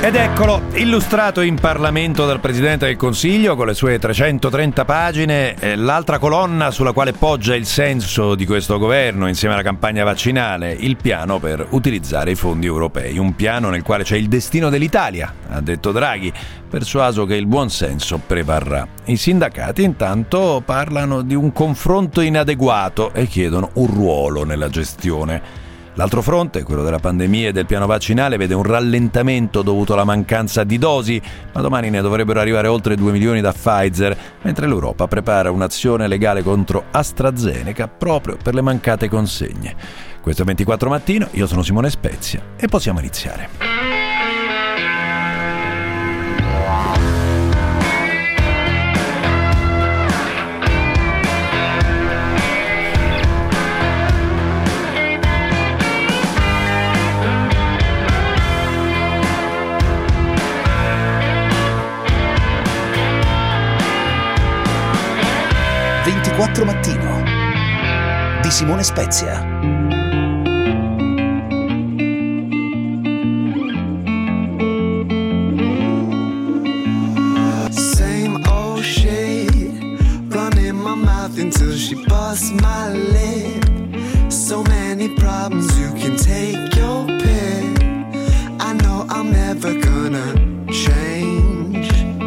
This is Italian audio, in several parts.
Ed eccolo, illustrato in Parlamento dal Presidente del Consiglio con le sue 330 pagine, l'altra colonna sulla quale poggia il senso di questo governo insieme alla campagna vaccinale, il piano per utilizzare i fondi europei. Un piano nel quale c'è il destino dell'Italia, ha detto Draghi, persuaso che il buon senso prevarrà. I sindacati intanto parlano di un confronto inadeguato e chiedono un ruolo nella gestione. L'altro fronte, quello della pandemia e del piano vaccinale, vede un rallentamento dovuto alla mancanza di dosi, ma domani ne dovrebbero arrivare oltre 2 milioni da Pfizer, mentre l'Europa prepara un'azione legale contro AstraZeneca proprio per le mancate consegne. Questo è 24 Mattino, io sono Simone Spezia e possiamo iniziare. Mattino di Simone Spezia. Same old shit, running my mouth until she busts my lip. So many problems, you can take your pick. I know I'm never gonna change.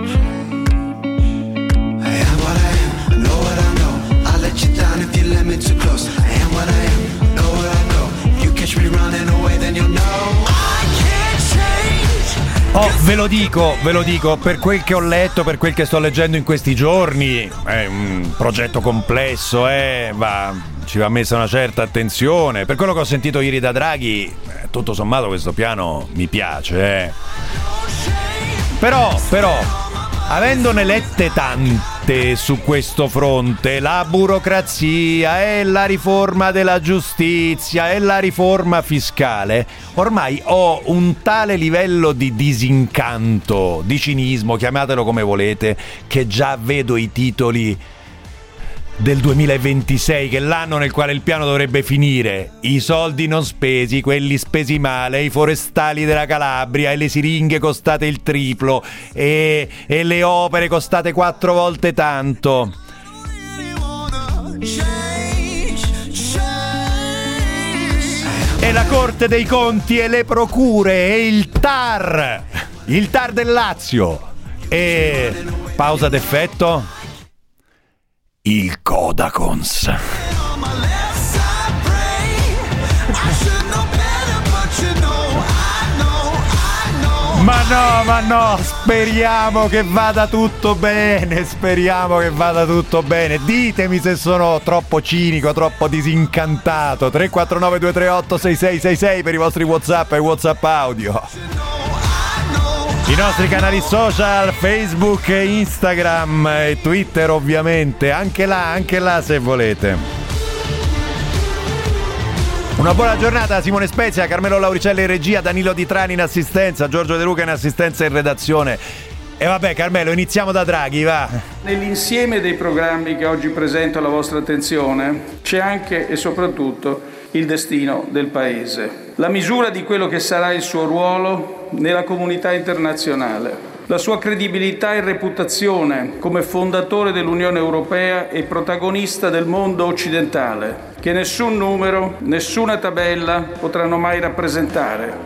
I am what I am, know what I know. Let you down if you let me too close. I am what I am, know what I know. If you catch me running away, then you'll know I can't change. Oh, ve lo dico, per quel che ho letto, per quel che sto leggendo in questi giorni, è un progetto complesso, ci va messa una certa attenzione. Per quello che ho sentito ieri da Draghi, tutto sommato questo piano mi piace, Però, avendone lette tante su questo fronte, la burocrazia e la riforma della giustizia e la riforma fiscale, ormai ho un tale livello di disincanto, di cinismo, chiamatelo come volete, che già vedo i titoli del 2026, che è l'anno nel quale il piano dovrebbe finire. I soldi non spesi, quelli spesi male, i forestali della Calabria e le siringhe costate il triplo e le opere costate 4 volte tanto. E la Corte dei Conti e le procure e il TAR del Lazio e pausa d'effetto, il Codacons. Ma no, speriamo che vada tutto bene, Ditemi se sono troppo cinico, troppo disincantato. 349 238 6666 per i vostri WhatsApp e WhatsApp audio. I nostri canali social, Facebook, Instagram e Twitter ovviamente, anche là se volete. Una buona giornata a Simone Spezia, Carmelo Lauricelli in regia, Danilo Di Trani in assistenza, Giorgio De Luca in assistenza e in redazione. E vabbè Carmelo, iniziamo da Draghi, va! Nell'insieme dei programmi che oggi presento alla vostra attenzione c'è anche e soprattutto il destino del Paese, la misura di quello che sarà il suo ruolo nella comunità internazionale, la sua credibilità e reputazione come fondatore dell'Unione Europea e protagonista del mondo occidentale, che nessun numero, nessuna tabella potranno mai rappresentare.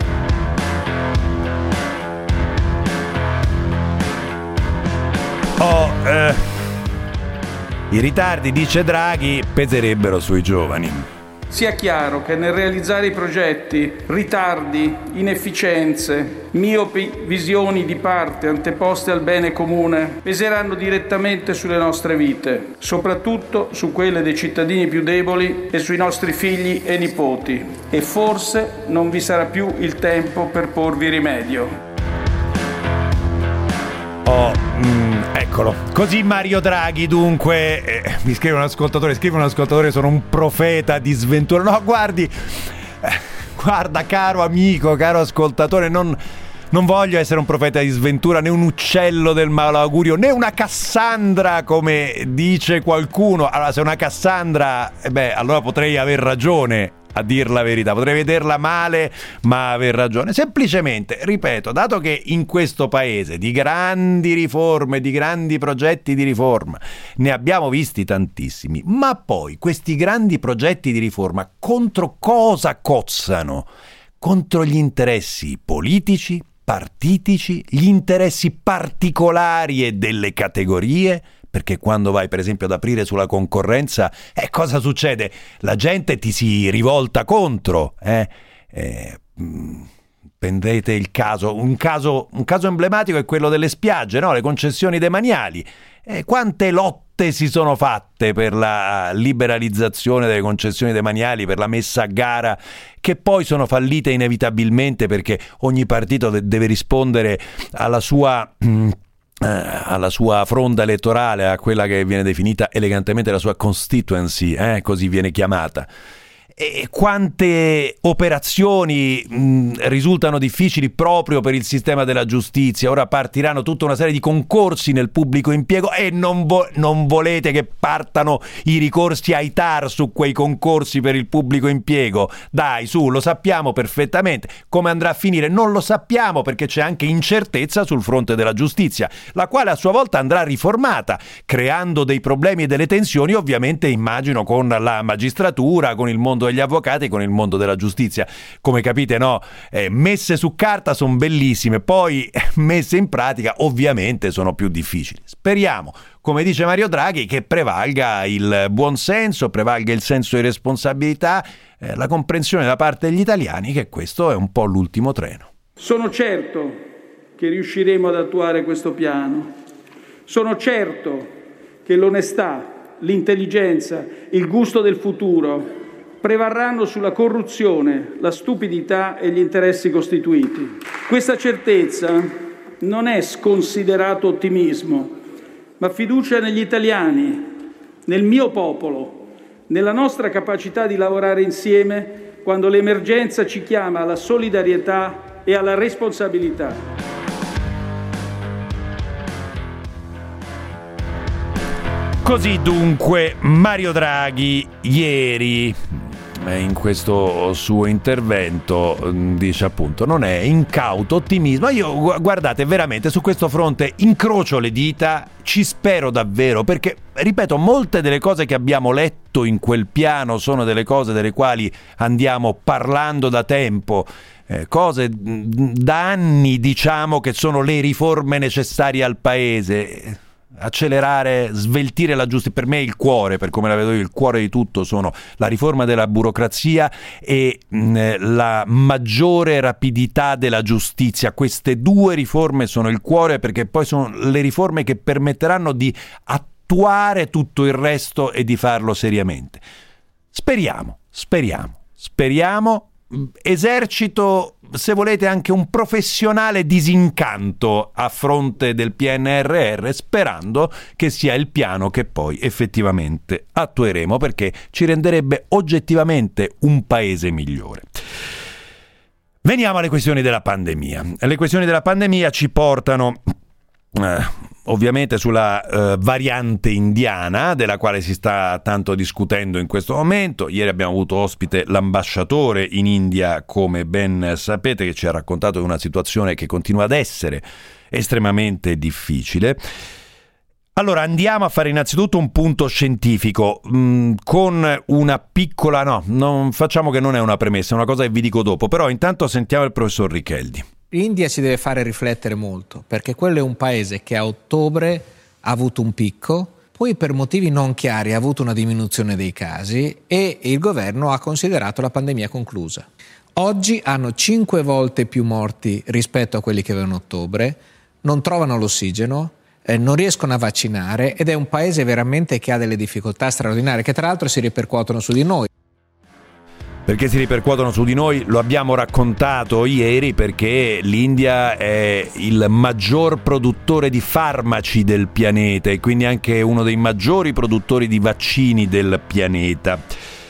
I ritardi, dice Draghi, peserebbero sui giovani. Sia chiaro che nel realizzare i progetti, ritardi, inefficienze, miopi visioni di parte anteposte al bene comune peseranno direttamente sulle nostre vite, soprattutto su quelle dei cittadini più deboli e sui nostri figli e nipoti. E forse non vi sarà più il tempo per porvi rimedio. Eccolo, così Mario Draghi dunque, mi scrive un ascoltatore, sono un profeta di sventura. No, guarda caro amico, caro ascoltatore, non voglio essere un profeta di sventura, né un uccello del malaugurio, né una Cassandra come dice qualcuno. Allora se è una Cassandra, allora potrei aver ragione, a dir la verità. Potrei vederla male, ma aver ragione. Semplicemente, ripeto, dato che in questo paese di grandi riforme, di grandi progetti di riforma ne abbiamo visti tantissimi, ma poi questi grandi progetti di riforma contro cosa cozzano? Contro gli interessi politici, partitici, gli interessi particolari e delle categorie. Perché quando vai per esempio ad aprire sulla concorrenza, cosa succede? La gente ti si rivolta contro. Prendete il caso, un caso emblematico è quello delle spiagge, no? Le concessioni demaniali. Quante lotte si sono fatte per la liberalizzazione delle concessioni demaniali, per la messa a gara, che poi sono fallite inevitabilmente perché ogni partito deve rispondere alla sua fronda elettorale, a quella che viene definita elegantemente la sua constituency, così viene chiamata. E quante operazioni risultano difficili proprio per il sistema della giustizia. Ora partiranno tutta una serie di concorsi nel pubblico impiego e non volete che partano i ricorsi ai TAR su quei concorsi per il pubblico impiego. Dai, su, lo sappiamo perfettamente. Come andrà a finire? Non lo sappiamo, perché c'è anche incertezza sul fronte della giustizia, la quale a sua volta andrà riformata, creando dei problemi e delle tensioni, ovviamente immagino con la magistratura, con il mondo degli avvocati, con il mondo della giustizia. Come capite, no? Messe su carta sono bellissime, poi messe in pratica ovviamente sono più difficili. Speriamo, come dice Mario Draghi, che prevalga il buonsenso, prevalga il senso di responsabilità, la comprensione da parte degli italiani che questo è un po' l'ultimo treno. Sono certo che riusciremo ad attuare questo piano. Sono certo che l'onestà, l'intelligenza, il gusto del futuro prevarranno sulla corruzione, la stupidità e gli interessi costituiti. Questa certezza non è sconsiderato ottimismo, ma fiducia negli italiani, nel mio popolo, nella nostra capacità di lavorare insieme quando l'emergenza ci chiama alla solidarietà e alla responsabilità. Così dunque Mario Draghi ieri in questo suo intervento dice appunto non è incauto ottimismo. Io guardate, veramente su questo fronte incrocio le dita, ci spero davvero, perché ripeto, molte delle cose che abbiamo letto in quel piano sono delle cose delle quali andiamo parlando da tempo, cose da anni diciamo che sono le riforme necessarie al paese. Accelerare, sveltire la giustizia. Per me il cuore, per come la vedo io, il cuore di tutto sono la riforma della burocrazia e la maggiore rapidità della giustizia. Queste due riforme sono il cuore, perché poi sono le riforme che permetteranno di attuare tutto il resto e di farlo seriamente. Speriamo. Esercito, se volete, anche un professionale disincanto a fronte del PNRR, sperando che sia il piano che poi effettivamente attueremo, perché ci renderebbe oggettivamente un paese migliore. Veniamo alle questioni della pandemia. Le questioni della pandemia ci portano ovviamente sulla variante indiana, della quale si sta tanto discutendo in questo momento. Ieri abbiamo avuto ospite l'ambasciatore in India, come ben sapete, che ci ha raccontato di una situazione che continua ad essere estremamente difficile. Allora andiamo a fare innanzitutto un punto scientifico con una piccola, non facciamo che non è una premessa, è una cosa che vi dico dopo, però intanto sentiamo il professor Richeldi. L'India ci deve fare riflettere molto, perché quello è un paese che a ottobre ha avuto un picco, poi per motivi non chiari ha avuto una diminuzione dei casi e il governo ha considerato la pandemia conclusa. Oggi hanno 5 volte più morti rispetto a quelli che avevano a ottobre, non trovano l'ossigeno, non riescono a vaccinare ed è un paese veramente che ha delle difficoltà straordinarie che tra l'altro si ripercuotono su di noi. Perché si ripercuotono su di noi? Lo abbiamo raccontato ieri, perché l'India è il maggior produttore di farmaci del pianeta e quindi anche uno dei maggiori produttori di vaccini del pianeta.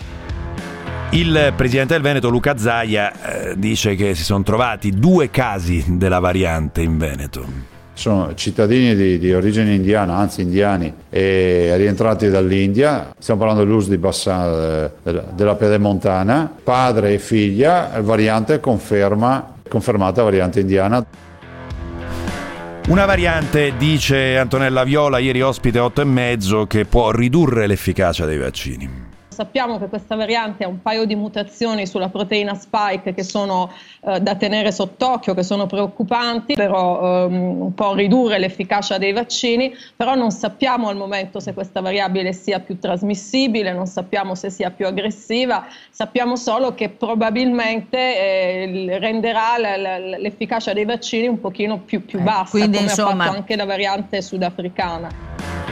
Il presidente del Veneto, Luca Zaia, dice che si sono trovati 2 casi della variante in Veneto. sono cittadini di origine indiana, anzi indiani, e rientrati dall'India. Stiamo parlando dell'Urs di Bassan, della Pedemontana, padre e figlia, variante confermata variante indiana. Una variante, dice Antonella Viola, ieri ospite 8,5, che può ridurre l'efficacia dei vaccini. Sappiamo che questa variante ha un paio di mutazioni sulla proteina spike che sono da tenere sott'occhio, che sono preoccupanti, però può ridurre l'efficacia dei vaccini, però non sappiamo al momento se questa variabile sia più trasmissibile, non sappiamo se sia più aggressiva, sappiamo solo che probabilmente renderà l'efficacia dei vaccini un pochino più bassa, quindi, come insomma, ha fatto anche la variante sudafricana.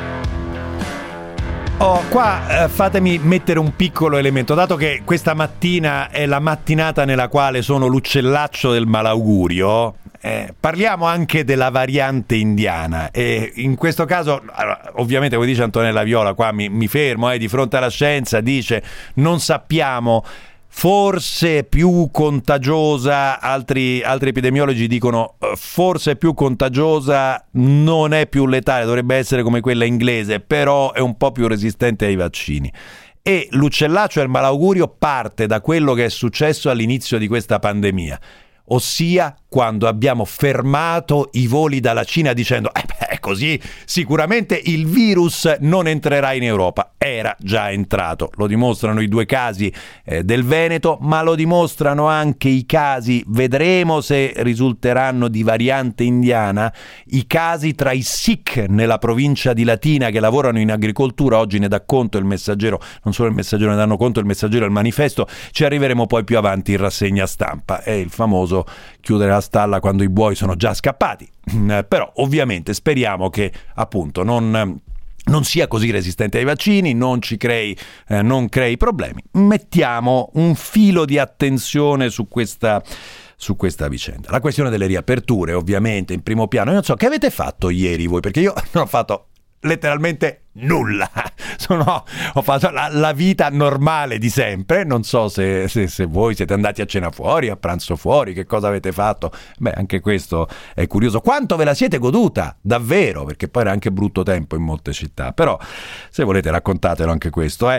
Qua fatemi mettere un piccolo elemento, dato che questa mattina è la mattinata nella quale sono l'uccellaccio del malaugurio, parliamo anche della variante indiana, e in questo caso, allora, ovviamente, come dice Antonella Viola, qua mi fermo, di fronte alla scienza, dice non sappiamo, forse più contagiosa, altri epidemiologi dicono forse più contagiosa, non è più letale, dovrebbe essere come quella inglese, però è un po' più resistente ai vaccini. E l'uccellaccio del malaugurio parte da quello che è successo all'inizio di questa pandemia, ossia quando abbiamo fermato i voli dalla Cina dicendo così sicuramente il virus non entrerà in Europa. Era già entrato, lo dimostrano i 2 casi del Veneto, ma lo dimostrano anche i casi, vedremo se risulteranno di variante indiana, i casi tra i Sikh nella provincia di Latina che lavorano in agricoltura. Oggi ne dà conto il Messaggero, non solo il Messaggero, ne danno conto il Messaggero e il Manifesto, ci arriveremo poi più avanti in rassegna stampa. È il famoso chiudere la stalla quando i buoi sono già scappati, però ovviamente speriamo che appunto non sia così resistente ai vaccini, non crei problemi. Mettiamo un filo di attenzione su questa vicenda. La questione delle riaperture, ovviamente, in primo piano. Io non so, che avete fatto ieri voi? Perché io non ho fatto letteralmente nulla. Ho fatto la vita normale di sempre. Non so se voi siete andati a cena fuori, a pranzo fuori, che cosa avete fatto. Anche questo è curioso. Quanto ve la siete goduta? Davvero, perché poi era anche brutto tempo in molte città. Però se volete raccontatelo anche questo.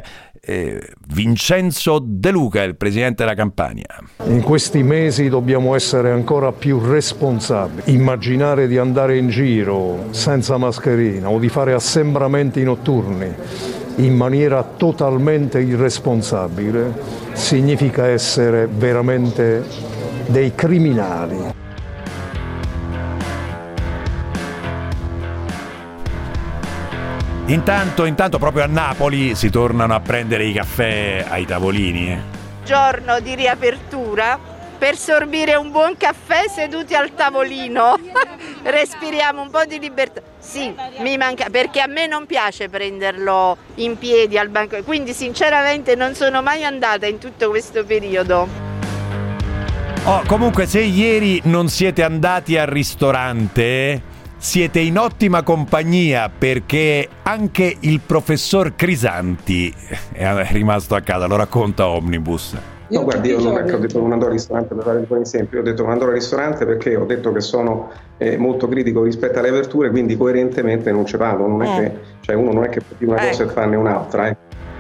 Vincenzo De Luca, il presidente della Campania. In questi mesi dobbiamo essere ancora più responsabili. Immaginare di andare in giro senza mascherina o di fare assembramenti notturni in maniera totalmente irresponsabile significa essere veramente dei criminali. Intanto proprio a Napoli si tornano a prendere i caffè ai tavolini. Giorno di riapertura per sorbire un buon caffè seduti al tavolino. Respiriamo un po' di libertà. Sì, mi manca, perché a me non piace prenderlo in piedi al banco, quindi sinceramente non sono mai andata in tutto questo periodo. Comunque, se ieri non siete andati al ristorante, siete in ottima compagnia, perché anche il professor Crisanti è rimasto a casa, lo racconta Omnibus. No, guardi, io non è che ho detto non andrò al ristorante per fare un buon esempio, ho detto non andrò al ristorante perché ho detto che sono molto critico rispetto alle aperture, quindi coerentemente non ci vado, non è che, uno non è che può dire una cosa e farne un'altra.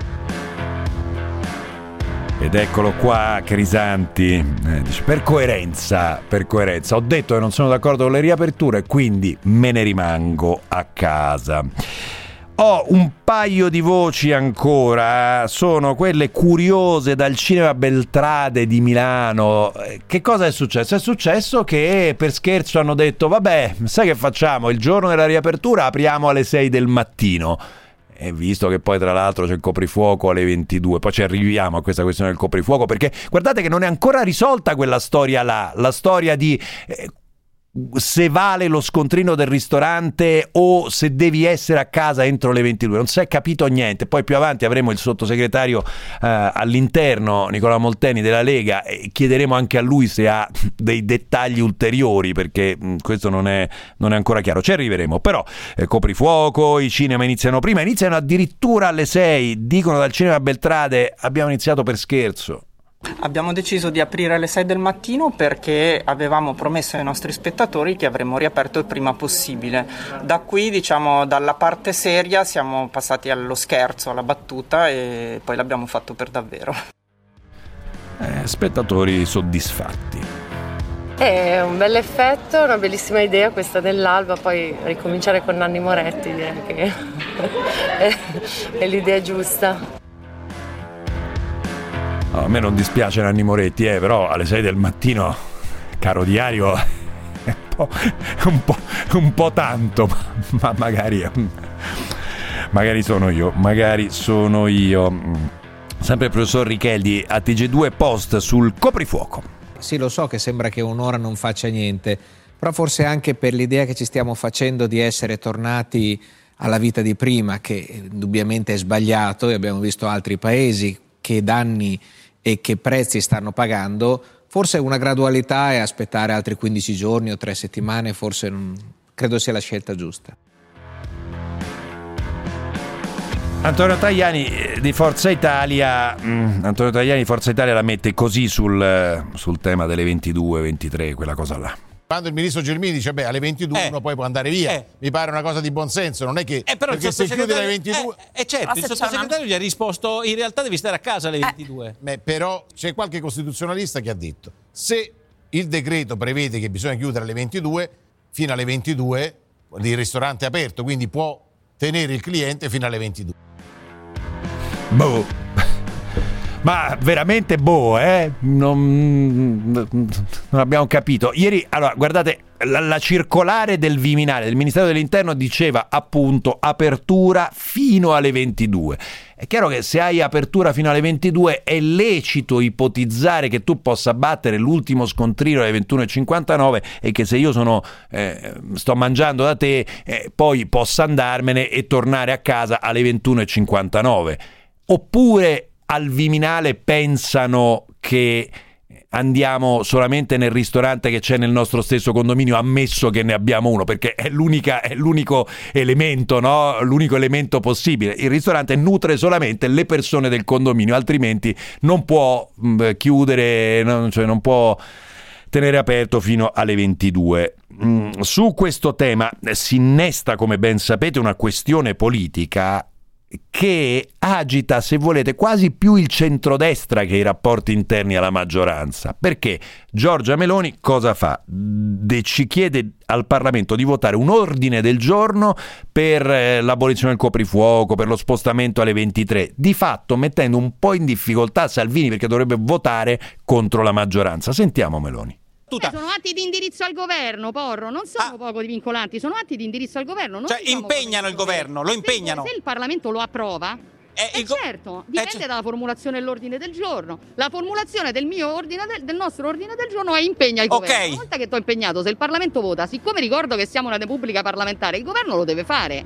Ed eccolo qua Crisanti, dice per coerenza, ho detto che non sono d'accordo con le riaperture, quindi me ne rimango a casa. Ho un paio di voci ancora, sono quelle curiose dal Cinema Beltrade di Milano. Che cosa è successo? È successo che per scherzo hanno detto vabbè, sai che facciamo? Il giorno della riapertura apriamo alle 6 del mattino. E visto che poi tra l'altro c'è il coprifuoco alle 22, poi ci arriviamo a questa questione del coprifuoco, perché guardate che non è ancora risolta quella storia là, la storia di se vale lo scontrino del ristorante o se devi essere a casa entro le 22, non si è capito niente. Poi più avanti avremo il sottosegretario all'interno Nicola Molteni della Lega e chiederemo anche a lui se ha dei dettagli ulteriori, perché questo non è ancora chiaro. Ci arriveremo. Però coprifuoco, i cinema iniziano addirittura alle 6, dicono dal Cinema Beltrade abbiamo iniziato per scherzo. Abbiamo deciso di aprire alle 6 del mattino perché avevamo promesso ai nostri spettatori che avremmo riaperto il prima possibile. Da qui, diciamo, dalla parte seria siamo passati allo scherzo, alla battuta e poi l'abbiamo fatto per davvero. Spettatori soddisfatti. È un bel effetto, una bellissima idea questa dell'Alba, poi ricominciare con Nanni Moretti direi che è l'idea giusta. A me non dispiace Nanni Moretti, però alle 6 del mattino, caro diario, è un po' tanto, ma magari sono io. Sempre il professor Richeldi a TG2 Post sul coprifuoco. Sì, lo so che sembra che un'ora non faccia niente, però forse anche per l'idea che ci stiamo facendo di essere tornati alla vita di prima, che indubbiamente è sbagliato, e abbiamo visto altri paesi che danni e che prezzi stanno pagando, forse una gradualità e aspettare altri 15 giorni o 3 settimane, forse credo sia la scelta giusta. Antonio Tajani di Forza Italia la mette così sul tema delle 22-23, quella cosa là. Quando il ministro Gelmini dice alle 22 uno poi può andare via, mi pare una cosa di buonsenso, non è che però perché se chiude alle 22 certo, il sottosegretario gli ha risposto in realtà devi stare a casa alle 22. Però c'è qualche costituzionalista che ha detto se il decreto prevede che bisogna chiudere alle 22, fino alle 22 il ristorante è aperto, quindi può tenere il cliente fino alle 22. Ma veramente non abbiamo capito. Ieri, allora, guardate, la circolare del Viminale, del Ministero dell'Interno, diceva appunto apertura fino alle 22. È chiaro che se hai apertura fino alle 22 è lecito ipotizzare che tu possa battere l'ultimo scontrino alle 21:59 e che se io sto mangiando da te, poi possa andarmene e tornare a casa alle 21:59. Oppure al Viminale pensano che andiamo solamente nel ristorante che c'è nel nostro stesso condominio, ammesso che ne abbiamo uno, perché è l'unico elemento, no? L'unico elemento possibile. Il ristorante nutre solamente le persone del condominio, altrimenti non può chiudere, non può tenere aperto fino alle 22. Su questo tema si innesta, come ben sapete, una questione politica che agita, se volete, quasi più il centrodestra che i rapporti interni alla maggioranza. Perché Giorgia Meloni cosa fa? Ci chiede al Parlamento di votare un ordine del giorno per l'abolizione del coprifuoco, per lo spostamento alle 23, di fatto mettendo un po' in difficoltà Salvini, perché dovrebbe votare contro la maggioranza. Sentiamo Meloni. Sono atti di indirizzo al governo, Porro, non sono poco vincolanti, sono atti di indirizzo al governo. Non impegnano il governo, lo impegnano. Se il Parlamento lo approva, certo, dipende dalla formulazione dell'ordine del giorno. La formulazione del nostro ordine del giorno impegna il governo. Una volta che t'ho impegnato, se il Parlamento vota, siccome ricordo che siamo una repubblica parlamentare, il governo lo deve fare.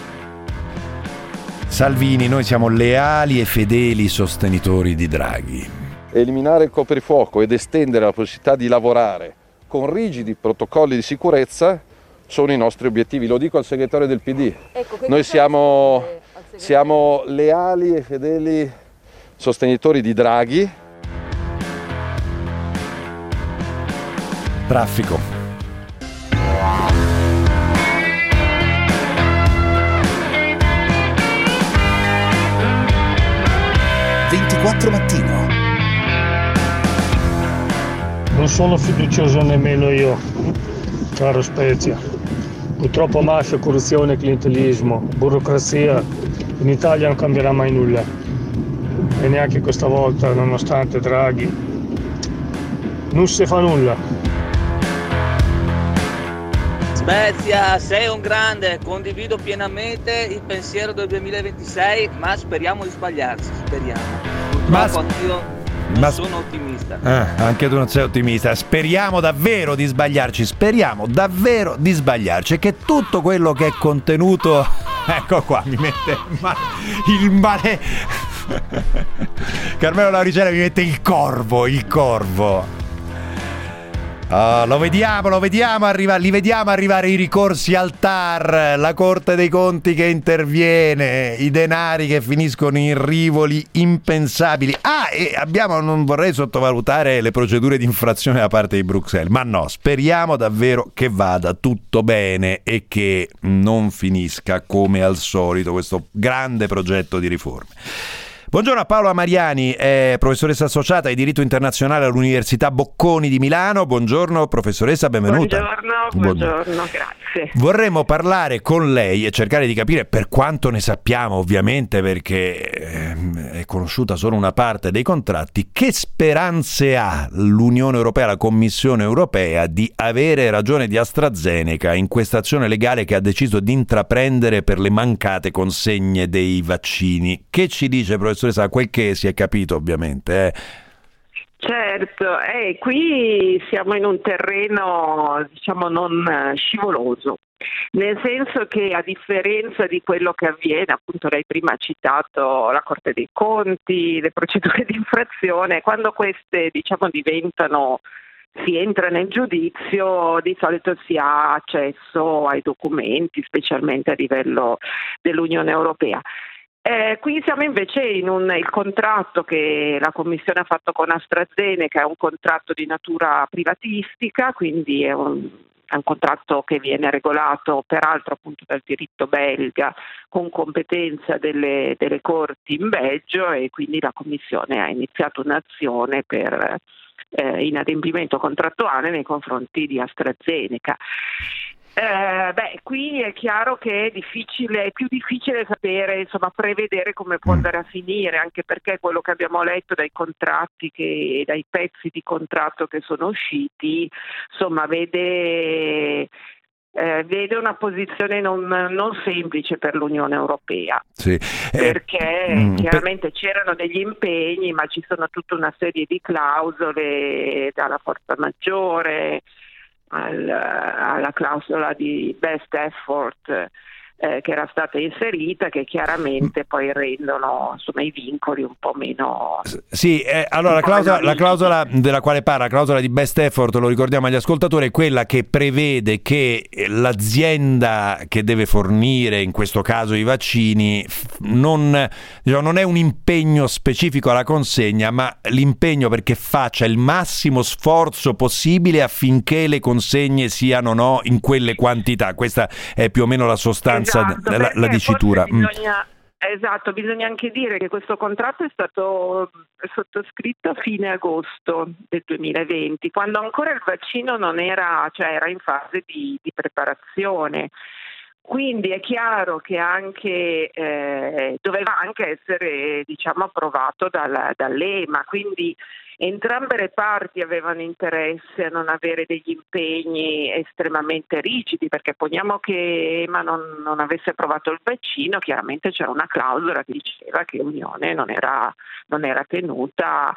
Salvini, noi siamo leali e fedeli sostenitori di Draghi. Eliminare il coprifuoco ed estendere la possibilità di lavorare con rigidi protocolli di sicurezza sono i nostri obiettivi. Lo dico al segretario del PD. Noi siamo leali e fedeli sostenitori di Draghi. Traffico. Mattino. Non sono fiducioso nemmeno io, caro Spezia. Purtroppo mafia, corruzione, clientelismo, burocrazia, in Italia non cambierà mai nulla. E neanche questa volta, nonostante Draghi, non si fa nulla. Spezia, sei un grande, condivido pienamente il pensiero del 2026, ma speriamo di sbagliarci, speriamo. Purtroppo anch'io non sono ottimista. Anche tu non sei ottimista. Speriamo davvero di sbagliarci, e che tutto quello che è contenuto, ecco qua, mi mette il male. Carmelo Lauricella mi mette il corvo. Lo vediamo arrivare i ricorsi al TAR, la Corte dei Conti che interviene, i denari che finiscono in rivoli impensabili. E non vorrei sottovalutare le procedure di infrazione da parte di Bruxelles, ma no, speriamo davvero che vada tutto bene e che non finisca come al solito questo grande progetto di riforme. Buongiorno a Paola Mariani, è professoressa associata di diritto internazionale all'Università Bocconi di Milano. Buongiorno professoressa, benvenuta. Buongiorno, grazie. Vorremmo parlare con lei e cercare di capire, per quanto ne sappiamo ovviamente perché è conosciuta solo una parte dei contratti, che speranze ha l'Unione Europea, la Commissione Europea, di avere ragione di AstraZeneca in questa azione legale che ha deciso di intraprendere per le mancate consegne dei vaccini. Che ci dice professoressa? Quel che si è capito ovviamente. Certo, qui siamo in un terreno non scivoloso, nel senso che a differenza di quello che avviene, appunto lei prima ha citato la Corte dei Conti, le procedure di infrazione, quando queste si entra nel giudizio, di solito si ha accesso ai documenti, specialmente a livello dell'Unione Europea. Qui siamo invece il contratto che la Commissione ha fatto con AstraZeneca è un contratto di natura privatistica, quindi è un contratto che viene regolato peraltro appunto dal diritto belga con competenza delle corti in Belgio, e quindi la Commissione ha iniziato un'azione per inadempimento contrattuale nei confronti di AstraZeneca. Qui è chiaro che è più difficile sapere, prevedere come può andare a finire, anche perché quello che abbiamo letto dai contratti dai pezzi di contratto che sono usciti, vede una posizione non semplice per l'Unione Europea. Sì. Perché chiaramente c'erano degli impegni, ma ci sono tutta una serie di clausole, dalla forza maggiore alla clausola di best effort che era stata inserita, che chiaramente poi rendono i vincoli un po' meno. Sì, allora la clausola della quale parla, la clausola di best effort, lo ricordiamo agli ascoltatori, è quella che prevede che l'azienda che deve fornire in questo caso i vaccini non è un impegno specifico alla consegna, ma l'impegno perché faccia il massimo sforzo possibile affinché le consegne siano in quelle quantità. Questa è più o meno la sostanza. La dicitura. Bisogna anche dire che questo contratto è stato sottoscritto a fine agosto del 2020, quando ancora il vaccino non era in fase di preparazione. Quindi è chiaro che anche doveva anche essere approvato dall'EMA, quindi entrambe le parti avevano interesse a non avere degli impegni estremamente rigidi, perché poniamo che EMA non avesse approvato il vaccino, chiaramente c'era una clausola che diceva che l'Unione non era tenuta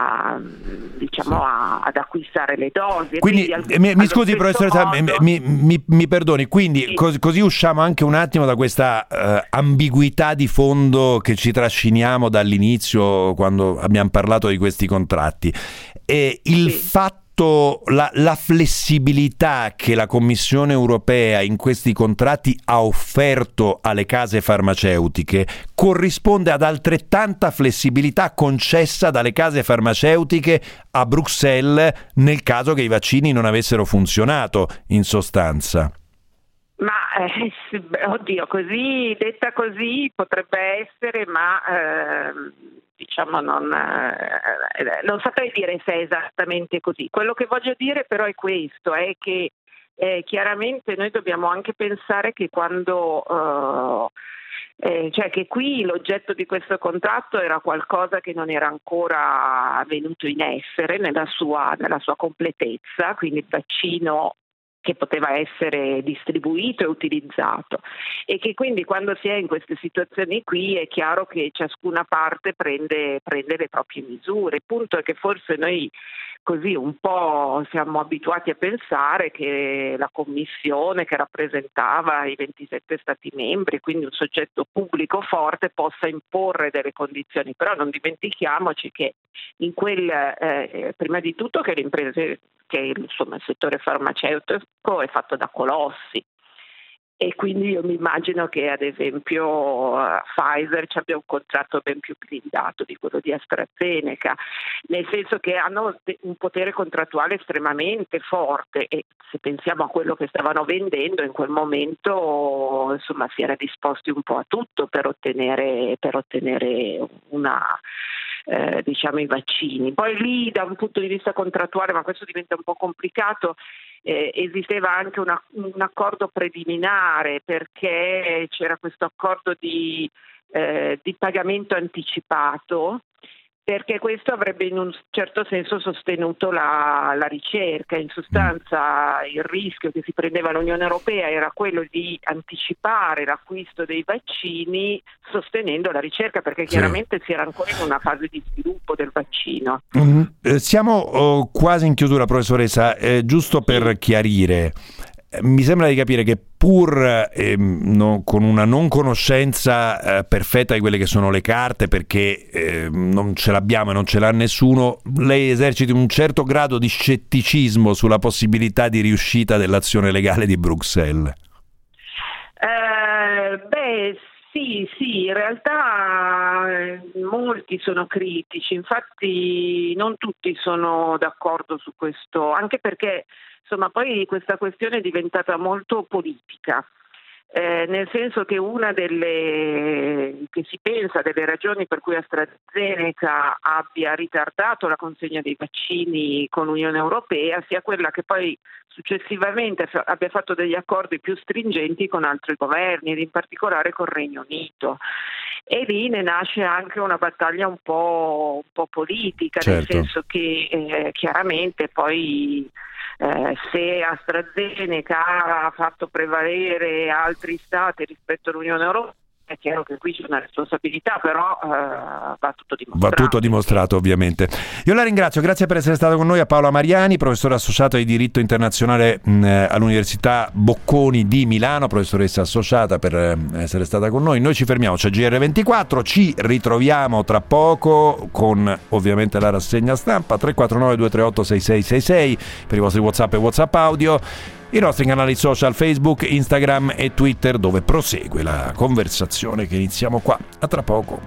ad acquistare le dosi. Quindi mi scusi professoressa, mi perdoni, quindi sì. Così usciamo anche un attimo da questa ambiguità di fondo che ci trasciniamo dall'inizio quando abbiamo parlato di questi contratti. E il fatto, la flessibilità che la Commissione Europea in questi contratti ha offerto alle case farmaceutiche corrisponde ad altrettanta flessibilità concessa dalle case farmaceutiche a Bruxelles nel caso che i vaccini non avessero funzionato, in sostanza. Ma così detta così potrebbe essere, ma non saprei dire se è esattamente così. Quello che voglio dire però è questo, è che chiaramente noi dobbiamo anche pensare che quando che qui l'oggetto di questo contratto era qualcosa che non era ancora venuto in essere nella sua completezza, quindi il vaccino che poteva essere distribuito e utilizzato, e che quindi quando si è in queste situazioni qui è chiaro che ciascuna parte prende le proprie misure. Il punto è che forse noi così un po' siamo abituati a pensare che la Commissione, che rappresentava i 27 Stati membri, quindi un soggetto pubblico forte, possa imporre delle condizioni, però non dimentichiamoci che in prima di tutto che le imprese perché il settore farmaceutico è fatto da colossi. E quindi io mi immagino che ad esempio Pfizer ci abbia un contratto ben più blindato di quello di AstraZeneca, nel senso che hanno un potere contrattuale estremamente forte, e se pensiamo a quello che stavano vendendo in quel momento, insomma, si era disposti un po' a tutto per ottenere i vaccini. Poi lì da un punto di vista contrattuale, ma questo diventa un po' complicato, esisteva anche un accordo preliminare, perché c'era questo accordo di pagamento anticipato, perché questo avrebbe in un certo senso sostenuto la ricerca. In sostanza il rischio che si prendeva l'Unione Europea era quello di anticipare l'acquisto dei vaccini sostenendo la ricerca, perché chiaramente si era ancora in una fase di sviluppo del vaccino. Siamo quasi in chiusura, professoressa, giusto per chiarire. Mi sembra di capire che pur con una non conoscenza perfetta di quelle che sono le carte, perché non ce l'abbiamo e non ce l'ha nessuno, lei eserciti un certo grado di scetticismo sulla possibilità di riuscita dell'azione legale di Bruxelles. Sì, in realtà molti sono critici, infatti non tutti sono d'accordo su questo, anche perché insomma poi questa questione è diventata molto politica, nel senso che una che si pensa delle ragioni per cui AstraZeneca abbia ritardato la consegna dei vaccini con l'Unione Europea sia quella che poi successivamente abbia fatto degli accordi più stringenti con altri governi, ed in particolare col Regno Unito. E lì ne nasce anche una battaglia un po' politica, certo. Nel senso che chiaramente poi se AstraZeneca ha fatto prevalere altri stati rispetto all'Unione Europea, è chiaro che qui c'è una responsabilità, però va tutto dimostrato. Va tutto dimostrato, ovviamente. Io la ringrazio, grazie per essere stato con noi, a Paola Mariani, professore associato di diritto internazionale all'Università Bocconi di Milano, professoressa associata, per essere stata con noi. Noi ci fermiamo, c'è GR24, ci ritroviamo tra poco con ovviamente la rassegna stampa. 349 238 6666 per i vostri WhatsApp e WhatsApp audio, i nostri canali social Facebook, Instagram e Twitter, dove prosegue la conversazione che iniziamo qua. A tra poco.